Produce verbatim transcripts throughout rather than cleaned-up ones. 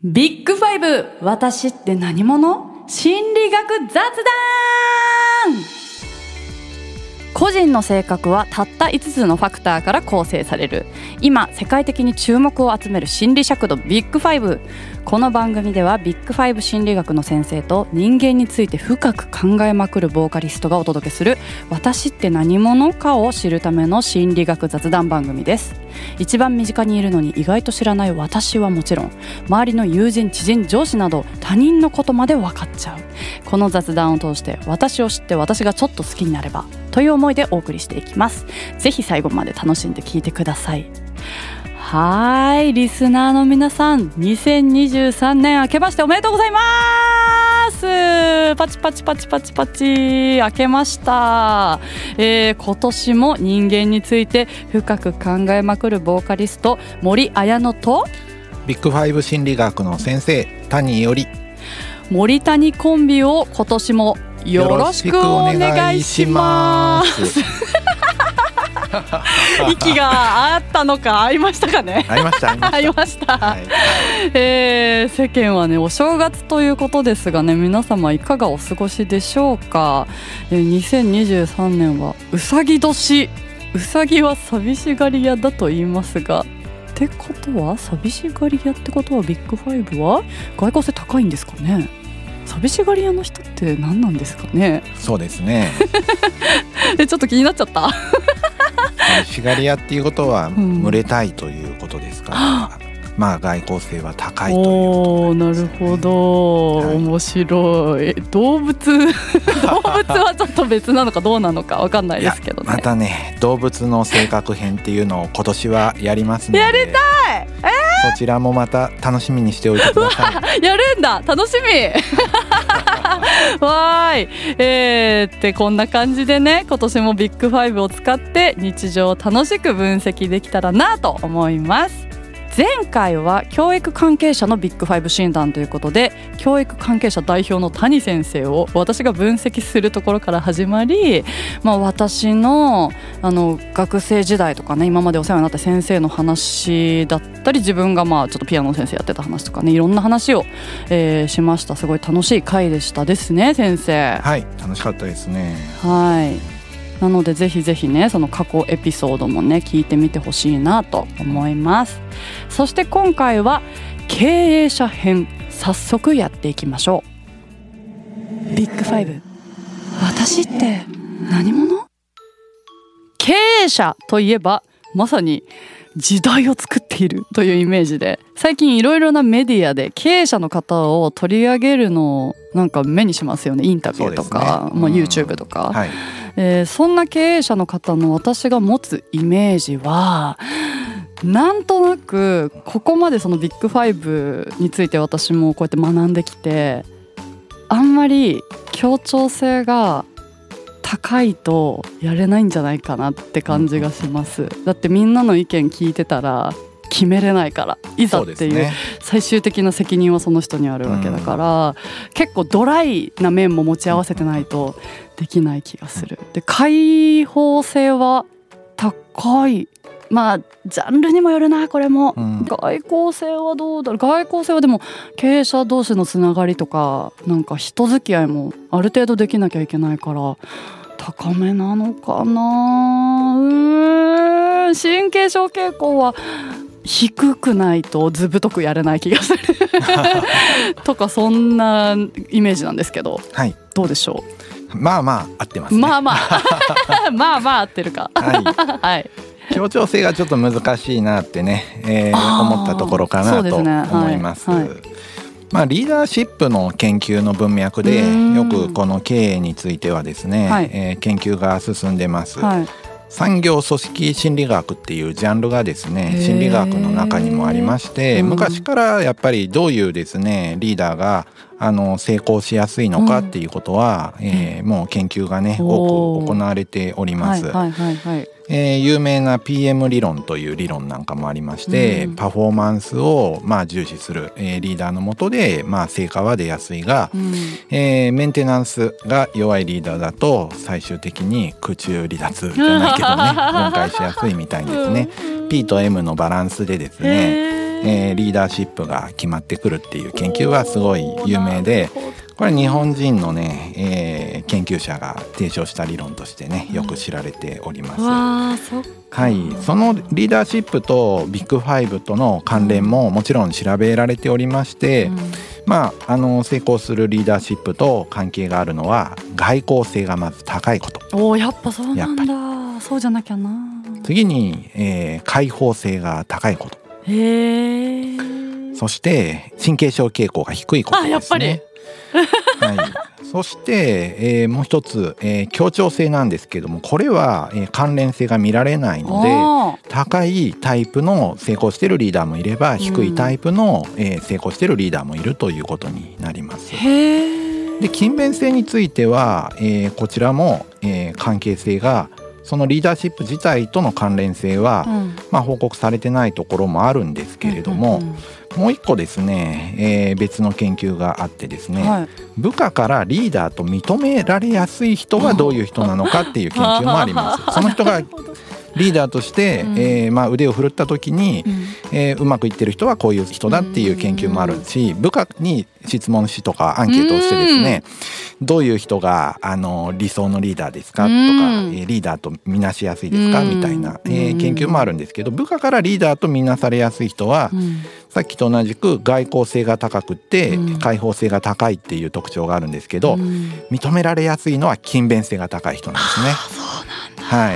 ビッグファイブ、私って何者？心理学雑談。個人の性格はたったいつつのファクターから構成される。今世界的に注目を集める心理尺度ビッグファイブ。この番組ではビッグファイブ心理学の先生と人間について深く考えまくるボーカリストがお届けする、私って何者かを知るための心理学雑談番組です。一番身近にいるのに意外と知らない私はもちろん、周りの友人、知人、上司など他人のことまで分かっちゃう。この雑談を通して私を知って私がちょっと好きになればという思いでお送りしていきます。ぜひ最後まで楽しんで聞いてください。はい、リスナーの皆さん、にせんにじゅうさんねん明けましておめでとうございます。パチパチパチパチパチ明けました、えー、今年も人間について深く考えまくるボーカリスト森綾乃とビッグファイブ心理学の先生谷伊織、 森谷コンビを今年もよろしくお願いします息があったのか、合いましたかね。 合いました合いました、はい。えー、世間はねお正月ということですがね、皆様いかがお過ごしでしょうか。えー、にせんにじゅうさんねんはうさぎ年。うさぎは寂しがり屋だと言いますが、ってことは寂しがり屋ってことはビッグファイブは外交性高いんですかね。寂しがり屋の人って何なんですかね。 そうですねでちょっと気になっちゃった寂しがり屋っていうことは群れたいということですから、うん、まあ外交性は高いということなんですね。 おー、なるほど、はい、面白い。動物動物はちょっと別なのかどうなのか分かんないですけどね。 またね、動物の性格編っていうのを今年はやりますので、 やりたい、えー、 そちらもまた楽しみにしておいてください。 やるんだ、楽しみわーい、えー、ってこんな感じでね、今年もビッグファイブを使って日常を楽しく分析できたらなと思います。前回は教育関係者のビッグファイブ診断ということで、教育関係者代表の谷先生を私が分析するところから始まり、まあ、私 の, あの学生時代とかね、今までお世話になった先生の話だったり、自分がまあちょっとピアノの先生やってた話とかね、いろんな話を、えー、しました。すごい楽しい回でしたですね、先生。 はい、楽しかったですね。 はい、なのでぜひぜひね、その過去エピソードもね聞いてみてほしいなと思います。そして今回は経営者編、早速やっていきましょう。ビッグファイブ、私って何者？経営者といえばまさに時代を作っているというイメージで、最近いろいろなメディアで経営者の方を取り上げるのをなんか目にしますよね。インタビューとか、ね、まあ、YouTube とか、はい、えー、そんな経営者の方の私が持つイメージは、なんとなくここまでそのビッグファイブについて私もこうやって学んできて、あんまり協調性が高いとやれないんじゃないかなって感じがします。だってみんなの意見聞いてたら決めれないから、いざっていう最終的な責任はその人にあるわけだから、うん、結構ドライな面も持ち合わせてないとできない気がする。で、開放性は高い。まあジャンルにもよるな、これも、うん、外交性はどうだろう。外交性はでも経営者同士のつながりとか、なんか人付き合いもある程度できなきゃいけないから高めなのかな。うーん、神経症傾向は低くないとずぶとくやれない気がするとか、そんなイメージなんですけど、はい、どうでしょう。まあまあ合ってますね。 まあまあまあまあ合ってるか、はい、はい、 協調性がちょっと難しいなってね、えー、思ったところかなと思います。 はいはい、 まあ、リーダーシップの研究の文脈でよくこの経営についてはですね、はい、えー、研究が進んでます。はい、産業組織心理学っていうジャンルがですね、心理学の中にもありまして、昔からやっぱりどういうですねリーダーがあの成功しやすいのかっていうことは、うん、えー、もう研究がね多く行われております。はいはいはいはい、えー、有名な ピーエム 理論という理論なんかもありまして、うん、パフォーマンスをまあ重視する、えー、リーダーの下でまあ成果は出やすいが、うん、えー、メンテナンスが弱いリーダーだと最終的に空中離脱じゃないけどね分解しやすいみたいですね。 P と エム のバランスでですね、 えー、リーダーシップが決まってくるっていう研究はすごい有名で、これ日本人のね、えー、研究者が提唱した理論としてねよく知られております。 わそっか。 はい、そのリーダーシップとビッグファイブとの関連ももちろん調べられておりまして、うん、まあ、あの成功するリーダーシップと関係があるのは外交性がまず高いこと。 おー、やっぱそうなんだ。そうじゃなきゃな。 次に、えー、開放性が高いこと。 へー。 そして神経症傾向が低いことですね。あ、やっぱりはい、そして、えー、もう一つ、えー、協調性なんですけども、これは、えー、関連性が見られないので、高いタイプの成功しているリーダーもいれば、低いタイプの、えー、成功しているリーダーもいるということになります。 へー。 で、勤勉性については、えー、こちらも、えー、関係性がそのリーダーシップ自体との関連性は、うんまあ、報告されてないところもあるんですけれども、うんうんうん、もう一個ですね、えー、別の研究があってですね、はい、部下からリーダーと認められやすい人はどういう人なのかっていう研究もあります。その人がリーダーとして、うんえーまあ、腕を振るった時に、うんえー、うまくいってる人はこういう人だっていう研究もあるし、部下に質問しとかアンケートをしてですね、どういう人があの理想のリーダーですかとか、えー、リーダーとみなしやすいですかみたいな、えー、研究もあるんですけど、部下からリーダーとみなされやすい人は、うんさっきと同じく外交性が高くて開放性が高いっていう特徴があるんですけど、うん、認められやすいのは勤勉性が高い人なんですね。 そうなんだ。 はい、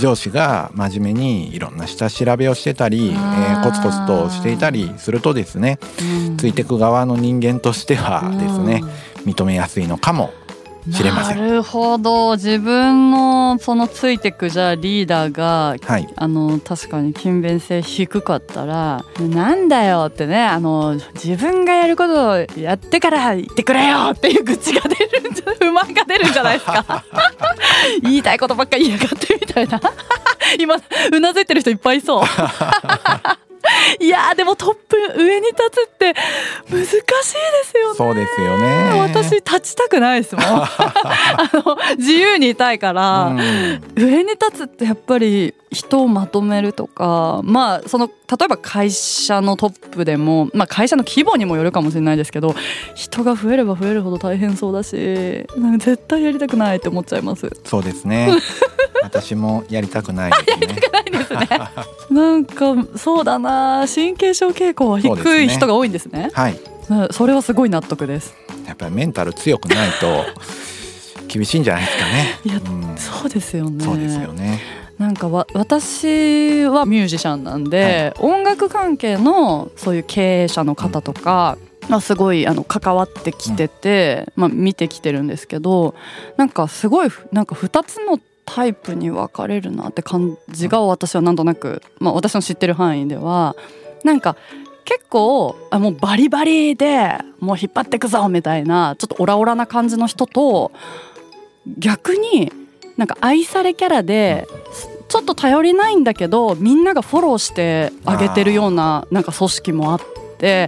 上司が真面目にいろんな下調べをしてたり、えー、コツコツとしていたりするとですね、うん、ついてく側の人間としてはですね、うん、認めやすいのかもしれません。 なるほど。自分のそのついてくじゃあリーダーが、はい、あの確かに勤勉性低かったらなんだよってね、あの自分がやることをやってから言ってくれよっていう愚痴が出るんじゃ不満が出るんじゃないですか言いたいことばっかり言いやがってみたいな今うなずいてる人いっぱいいそういやでもトップ上に立つって難しいですよね。 そうですよね。 私立ちたくないですもんあの自由にいたいから、うん、上に立つってやっぱり人をまとめるとか、まあその例えば会社のトップでも、まあ、会社の規模にもよるかもしれないですけど、人が増えれば増えるほど大変そうだし、なんか絶対やりたくないって思っちゃいます。 そうですね私もやりたくないですね。 やりたくないですねなんかそうだな、神経症傾向は低い人が多いんですね。 はい、 それはすごい納得です。 やっぱりメンタル強くないと厳しいんじゃないですかね。 いや、うん、そうですよね。 そうですよね。 なんかわ私はミュージシャンなんで、はい、音楽関係のそういう経営者の方とか、うんまあ、すごいあの関わってきてて、うんまあ、見てきてるんですけど、なんかすごいなんかふたつのタイプに分かれるなって感じが私はなんとなく、まあ、私の知ってる範囲ではなんか結構あもうバリバリでもう引っ張ってくぞみたいなちょっとオラオラな感じの人と、逆になんか愛されキャラでちょっと頼りないんだけどみんながフォローしてあげてるようななんか組織もあって、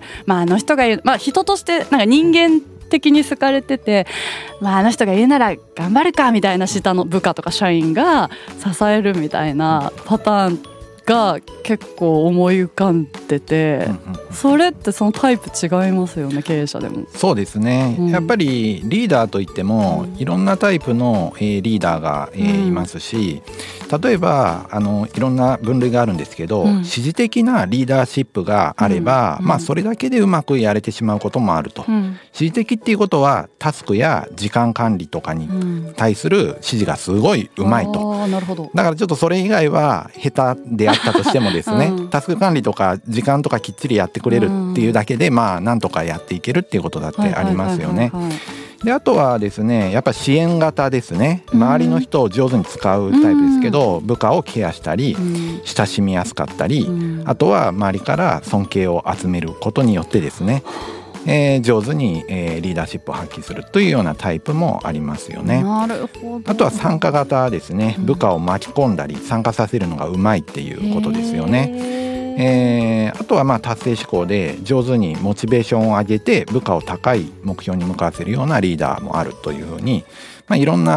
まあ、あの人が言う、まあ、人としてなんか人間的に好かれてて、まあ、あの人が言うなら頑張るかみたいな下の部下とか社員が支えるみたいなパターンが結構思い浮かんでて、それってそのタイプ違いますよね、経営者でも。 そうですね、うん、やっぱりリーダーといってもいろんなタイプのリーダーがいますし、例えばあのいろんな分類があるんですけど、うん、指示的なリーダーシップがあれば、うんまあ、それだけでうまくやれてしまうこともあると、うん、指示的っていうことはタスクや時間管理とかに対する指示がすごいうまいと、 うん、あ、なるほど。 だからちょっとそれ以外は下手であったとしてもですね、うん、タスク管理とか時間とかきっちりやってくれるっていうだけで、うん、まあなんとかやっていけるっていうことだってありますよね。であとはですね、やっぱ支援型ですね。周りの人を上手に使うタイプですけど、うん、部下をケアしたり、うん、親しみやすかったり、うん、あとは周りから尊敬を集めることによってですね、えー、上手に、えー、リーダーシップを発揮するというようなタイプもありますよね。 なるほど。 あとは参加型ですね。部下を巻き込んだり参加させるのがうまいっていうことですよね。えー、あとはまあ達成志向で上手にモチベーションを上げて部下を高い目標に向かわせるようなリーダーもあるというふうに、まあ、いろんな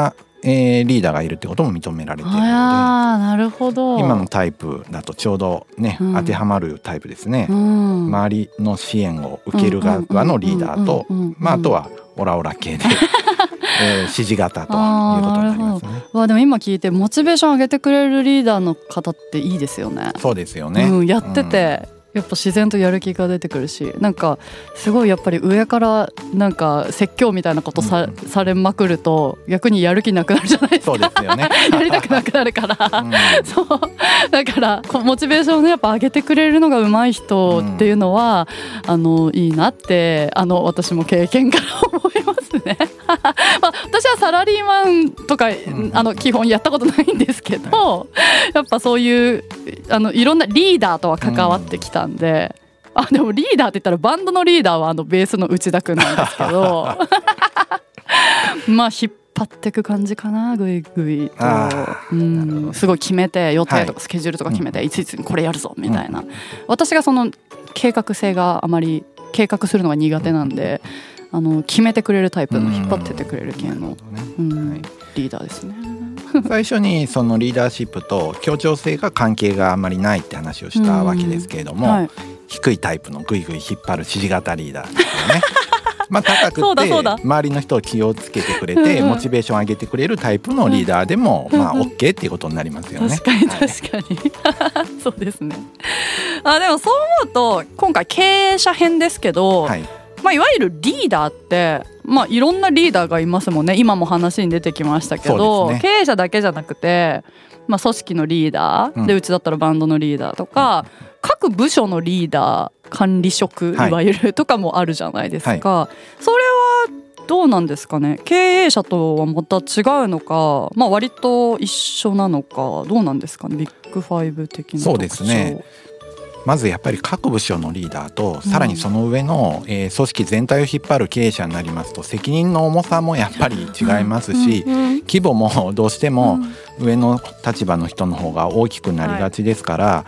えー、リーダーがいるってことも認められているので、 あ、なるほど。 今のタイプだとちょうどね、うん、当てはまるタイプですね、うん、周りの支援を受ける側のリーダーと、まあ、あとはオラオラ系でえー、指示型ということになりますね。 わ、でも今聞いてモチベーション上げてくれるリーダーの方っていいですよね。 そうですよね、 うん、やってて、うん、やっぱ自然とやる気が出てくるし、なんかすごいやっぱり上からなんか説教みたいなこと さ,、うん、されまくると逆にやる気なくなるじゃないですか。 そうですよねやりたくなくなるから、うん、そうだからモチベーションを、ね、やっぱ上げてくれるのが上手い人っていうのは、うん、あのいいなってあの私も経験から思いますねまあ、私はサラリーマンとか、うん、あの基本やったことないんですけど、やっぱそういうあのいろんなリーダーとは関わってきたんで、うん、あでもリーダーって言ったらバンドのリーダーはあのベースの内田くんなんですけどまあ引っ張っていく感じかな、ぐいぐいと、うん、すごい決めて予定とかスケジュールとか決めて、はい、いついつにこれやるぞみたいな、うん、私がその計画性があまり計画するのが苦手なんで、あの決めてくれるタイプの引っ張っててくれる系の、うんうんはい、リーダーですね最初にそのリーダーシップと協調性が関係があまりないって話をしたわけですけれども、はい、低いタイプのグイグイ引っ張る指示型リーダーですよねまあ高くて周りの人を気をつけてくれてモチベーション上げてくれるタイプのリーダーでもまあ OK っていうことになりますよね。 確かに確かに、はい、そうですね。あでもそう思うと今回経営者編ですけど、はいまあ、いわゆるリーダーって、まあ、いろんなリーダーがいますもんね。今も話に出てきましたけど、ね、経営者だけじゃなくて、まあ、組織のリーダー、うん、でうちだったらバンドのリーダーとか、うん、各部署のリーダー管理職、はい、いわゆるとかもあるじゃないですか、はい、それはどうなんですかね。経営者とはまた違うのか、まあ、割と一緒なのかどうなんですかね。ビッグファイブ的な特徴。 そうですね。まずやっぱり各部署のリーダーとさらにその上の、うんえー、組織全体を引っ張る経営者になりますと責任の重さもやっぱり違いますし、うんうん、規模もどうしても上の立場の人の方が大きくなりがちですから、はい、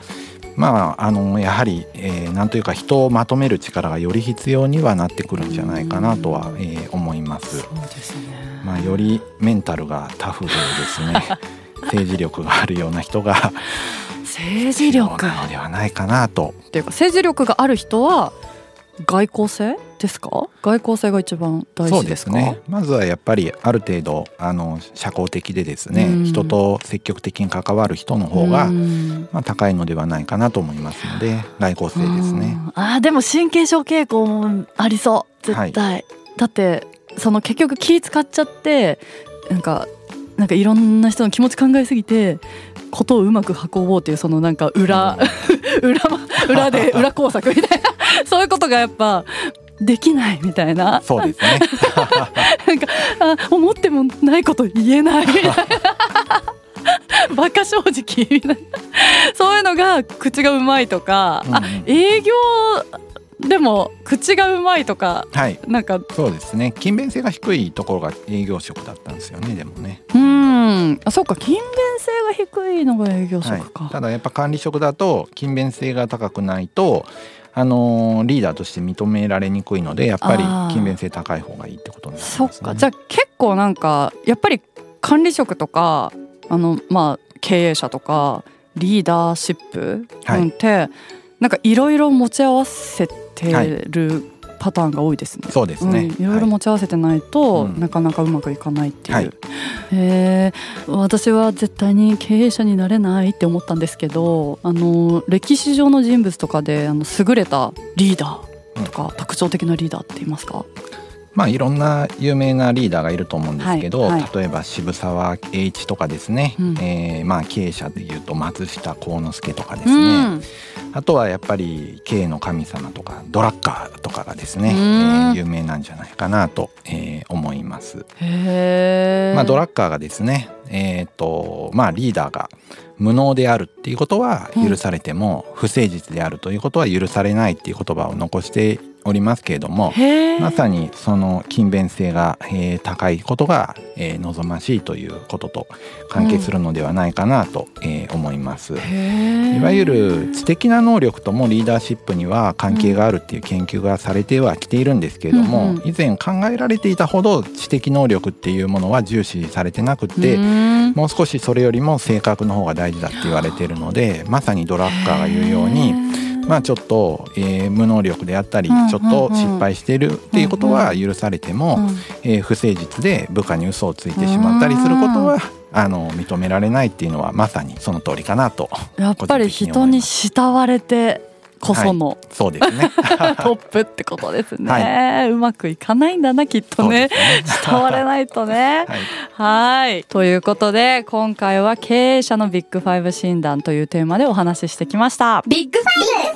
まあ、あのやはり、えー、なんというか人をまとめる力がより必要にはなってくるんじゃないかなとは、うんえー、思います。 そうですね。 まあ、よりメンタルがタフでですね政治力があるような人が政治力なのではないかなと。 っていうか政治力がある人は外交性ですか。外交性が一番大事ですか。 そうですね。まずはやっぱりある程度あの社交的でですね、人と積極的に関わる人の方が、まあ、高いのではないかなと思いますので外交性ですね。 あでも神経症傾向もありそう絶対、はい、だってその結局気使っちゃってなんかなんかいろんな人の気持ち考えすぎてことをうまく運ぼうっていうそのなんか裏、うん、裏, 裏で裏工作みたいなそういうことがやっぱできないみたいな。 そうですねなんかあ思ってもないこと言えないみたいなバカ正直みたいなそういうのが口がうまいとか、うん、あ営業でも口がうまいとか、 はい、 なんかそうですね。勤勉性が低いところが営業職だったんですよね。でもねうんあそうか勤勉性が低いのが営業職か、 はい、ただやっぱ管理職だと勤勉性が高くないとあのー、リーダーとして認められにくいのでやっぱり勤勉性高い方がいいってことになりますね。 そっか。じゃあ結構なんかやっぱり管理職とかあのまあ経営者とかリーダーシップなんて、はい、なんかいろいろ持ち合わせてるパターンが多いですね。 そうですね、 うん、いろいろ持ち合わせてないと、はい、なかなかうまくいかないっていう、はい、えー、私は絶対に経営者になれないって思ったんですけどあの歴史上の人物とかであの優れたリーダーとか、うん、特徴的なリーダーっていますか。 まあ、いろんな有名なリーダーがいると思うんですけど、 はいはい、 例えば渋沢栄一とかですね、うんえーまあ、経営者でいうと松下幸之助とかですね、うん、あとはやっぱり経営の神様とかドラッカーとかがですね、うんえー、有名なんじゃないかなと、えー、思います。 へー、 まあ、ドラッカーがですね、えーとまあ、リーダーが無能であるっていうことは許されても、うん、不誠実であるということは許されないっていう言葉を残しておりますけれども、まさにその勤勉性が、えー、高いことが、えー、望ましいということと関係するのではないかなと、うんえー、思います。いわゆる知的な能力ともリーダーシップには関係があるっていう研究がされてはきているんですけれども、うんうん、以前考えられていたほど知的能力っていうものは重視されてなくて、うん、もう少しそれよりも性格の方が大事だって言われているので、まさにドラッカーが言うようにまあ、ちょっと、えー、無能力であったり、うんうんうん、ちょっと失敗しているっていうことは許されても、うんうんえー、不誠実で部下に嘘をついてしまったりすることはあの認められないっていうのはまさにその通りかなと。 やっぱり人に慕われてこその、はい、 そうですねトップってことですね、はい、うまくいかないんだなきっと ね, ね慕われないとねはい、はいということで今回は経営者のビッグファイブ診断というテーマでお話ししてきました。ビッグファイ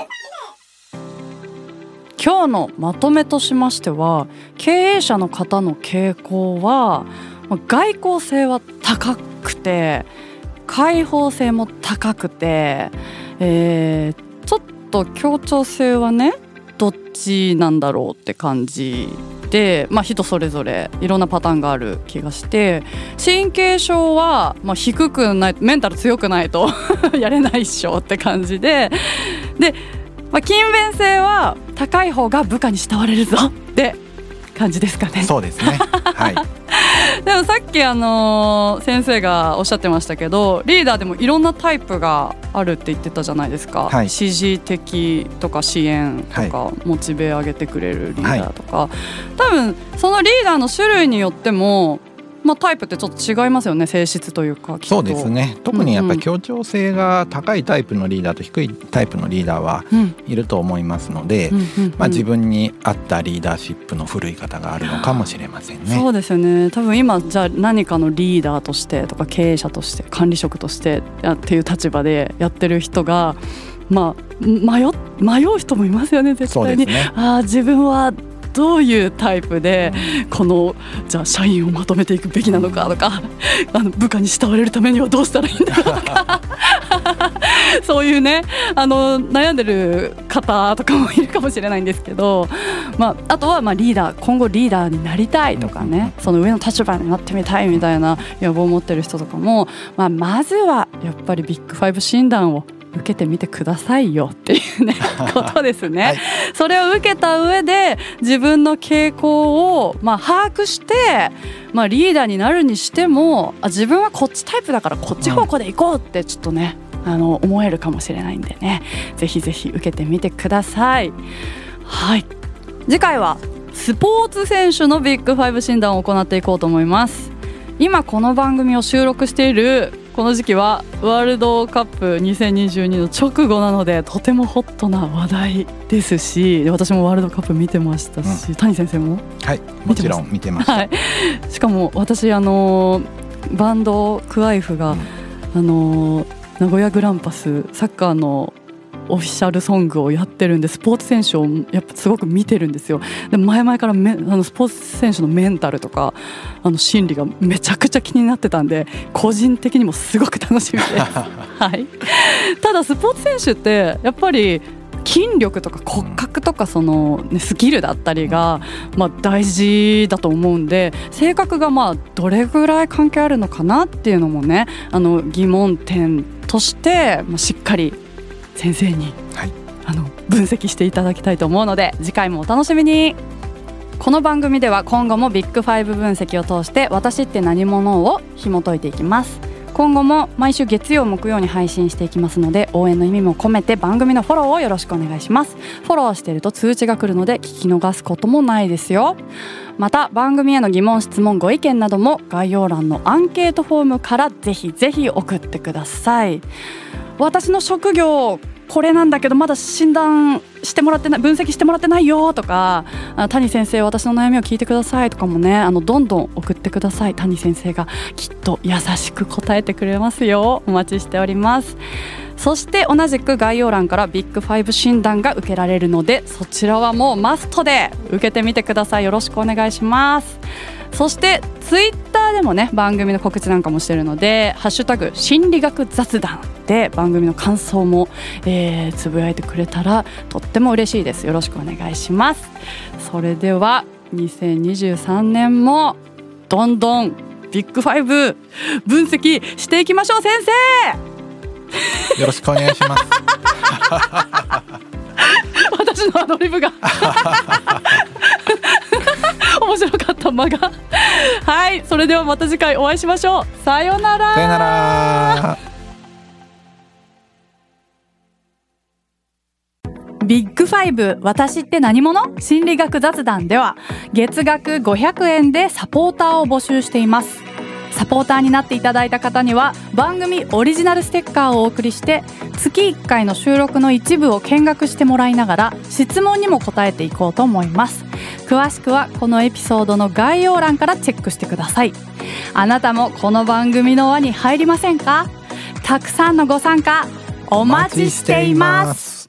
ブ今日のまとめとしましては、経営者の方の傾向は外交性は高くて開放性も高くて、えーちょっと協調性はねどっちなんだろうって感じで、まあ、人それぞれいろんなパターンがある気がして、神経症は、まあ、低くないメンタル強くないとやれないっしょって感じで、で、まあ、勤勉性は高い方が部下に慕われるぞって感じですかね。 そうですねはいでもさっきあのー、先生がおっしゃってましたけど、リーダーでもいろんなタイプがあるって言ってたじゃないですか、はい、支持的とか支援とか、はい、モチベ上げてくれるリーダーとか、はい、多分そのリーダーの種類によってもまあ、タイプってちょっと違いますよね、性質というか。きっとそうですね。特にやっぱり協調性が高いタイプのリーダーと低いタイプのリーダーはいると思いますので、うんうんうんうん、まあ、自分に合ったリーダーシップの振るい方があるのかもしれませんね。 そうですよね。多分今じゃあ何かのリーダーとしてとか経営者として管理職としてっていう立場でやってる人が、まあ、迷, 迷う人もいますよね、絶対に。そうですね。あ、自分はどういうタイプでこのじゃあ社員をまとめていくべきなのかとか、あの部下に慕われるためにはどうしたらいいんだろうとかそういうね、あの悩んでる方とかもいるかもしれないんですけど、まあ、あとはまあリーダー、今後リーダーになりたいとかね、その上の立場になってみたいみたいな野望を持ってる人とかも、まあ、まずはやっぱりビッグファイブ診断を受けてみてくださいよっていうねことですね、はい、それを受けた上で自分の傾向をまあ把握して、まあ、リーダーになるにしても、あ、自分はこっちタイプだからこっち方向で行こうってちょっとね、あの思えるかもしれないんでね、ぜひぜひ受けてみてください。はい、次回はスポーツ選手のビッグファイブ診断を行っていこうと思います。今この番組を収録しているこの時期はワールドカップにせんにじゅうにの直後なので、とてもホットな話題ですし、私もワールドカップ見てましたし、うん、谷先生も？ はい、もちろん見てました、はい、 しかも私あのバンドクワイフが、うん、あの名古屋グランパスサッカーのオフィシャルソングをやってるんで、スポーツ選手をやっぱすごく見てるんですよ。で前々からめあのスポーツ選手のメンタルとかあの心理がめちゃくちゃ気になってたんで、個人的にもすごく楽しみです、はい、ただスポーツ選手ってやっぱり筋力とか骨格とかその、ね、スキルだったりが、まあ、大事だと思うんで、性格がまあどれぐらい関係あるのかなっていうのもね、あの疑問点として、まあ、しっかり先生に、はい、あの分析していただきたいと思うので、次回もお楽しみに。この番組では今後もビッグファイブ分析を通して私って何者を紐解いていきます。今後も毎週月曜木曜に配信していきますので、応援の意味も込めて番組のフォローをよろしくお願いします。フォローしていると通知が来るので聞き逃すこともないですよ。また番組への疑問質問ご意見なども概要欄のアンケートフォームからぜひぜひ送ってください。私の職業これなんだけどまだ診断してもらってない、分析してもらってないよとか、谷先生私の悩みを聞いてくださいとかもね、あのどんどん送ってください。谷先生がきっと優しく答えてくれますよ。お待ちしております。そして同じく概要欄からビッグファイブ診断が受けられるので、そちらはもうマストで受けてみてください。よろしくお願いします。そしてツイッターターでもね番組の告知なんかもしてるので、ハッシュタグ心理学雑談で番組の感想も、えー、つぶやいてくれたらとっても嬉しいです。よろしくお願いします。それではにせんにじゅうさんねんもどんどんビッグファイブ分析していきましょう。先生よろしくお願いします私のアドリブが面白かった間がはい、それではまた次回お会いしましょう。さよなら。 さよなら。 ビッグファイブ私って何者心理学雑談では月額ごひゃくえんでサポーターを募集しています。サポーターになっていただいた方には番組オリジナルステッカーをお送りして、月いっかいの収録の一部を見学してもらいながら質問にも答えていこうと思います。詳しくはこのエピソードの概要欄からチェックしてください。あなたもこの番組の輪に入りませんか？たくさんのご参加お待ちしています。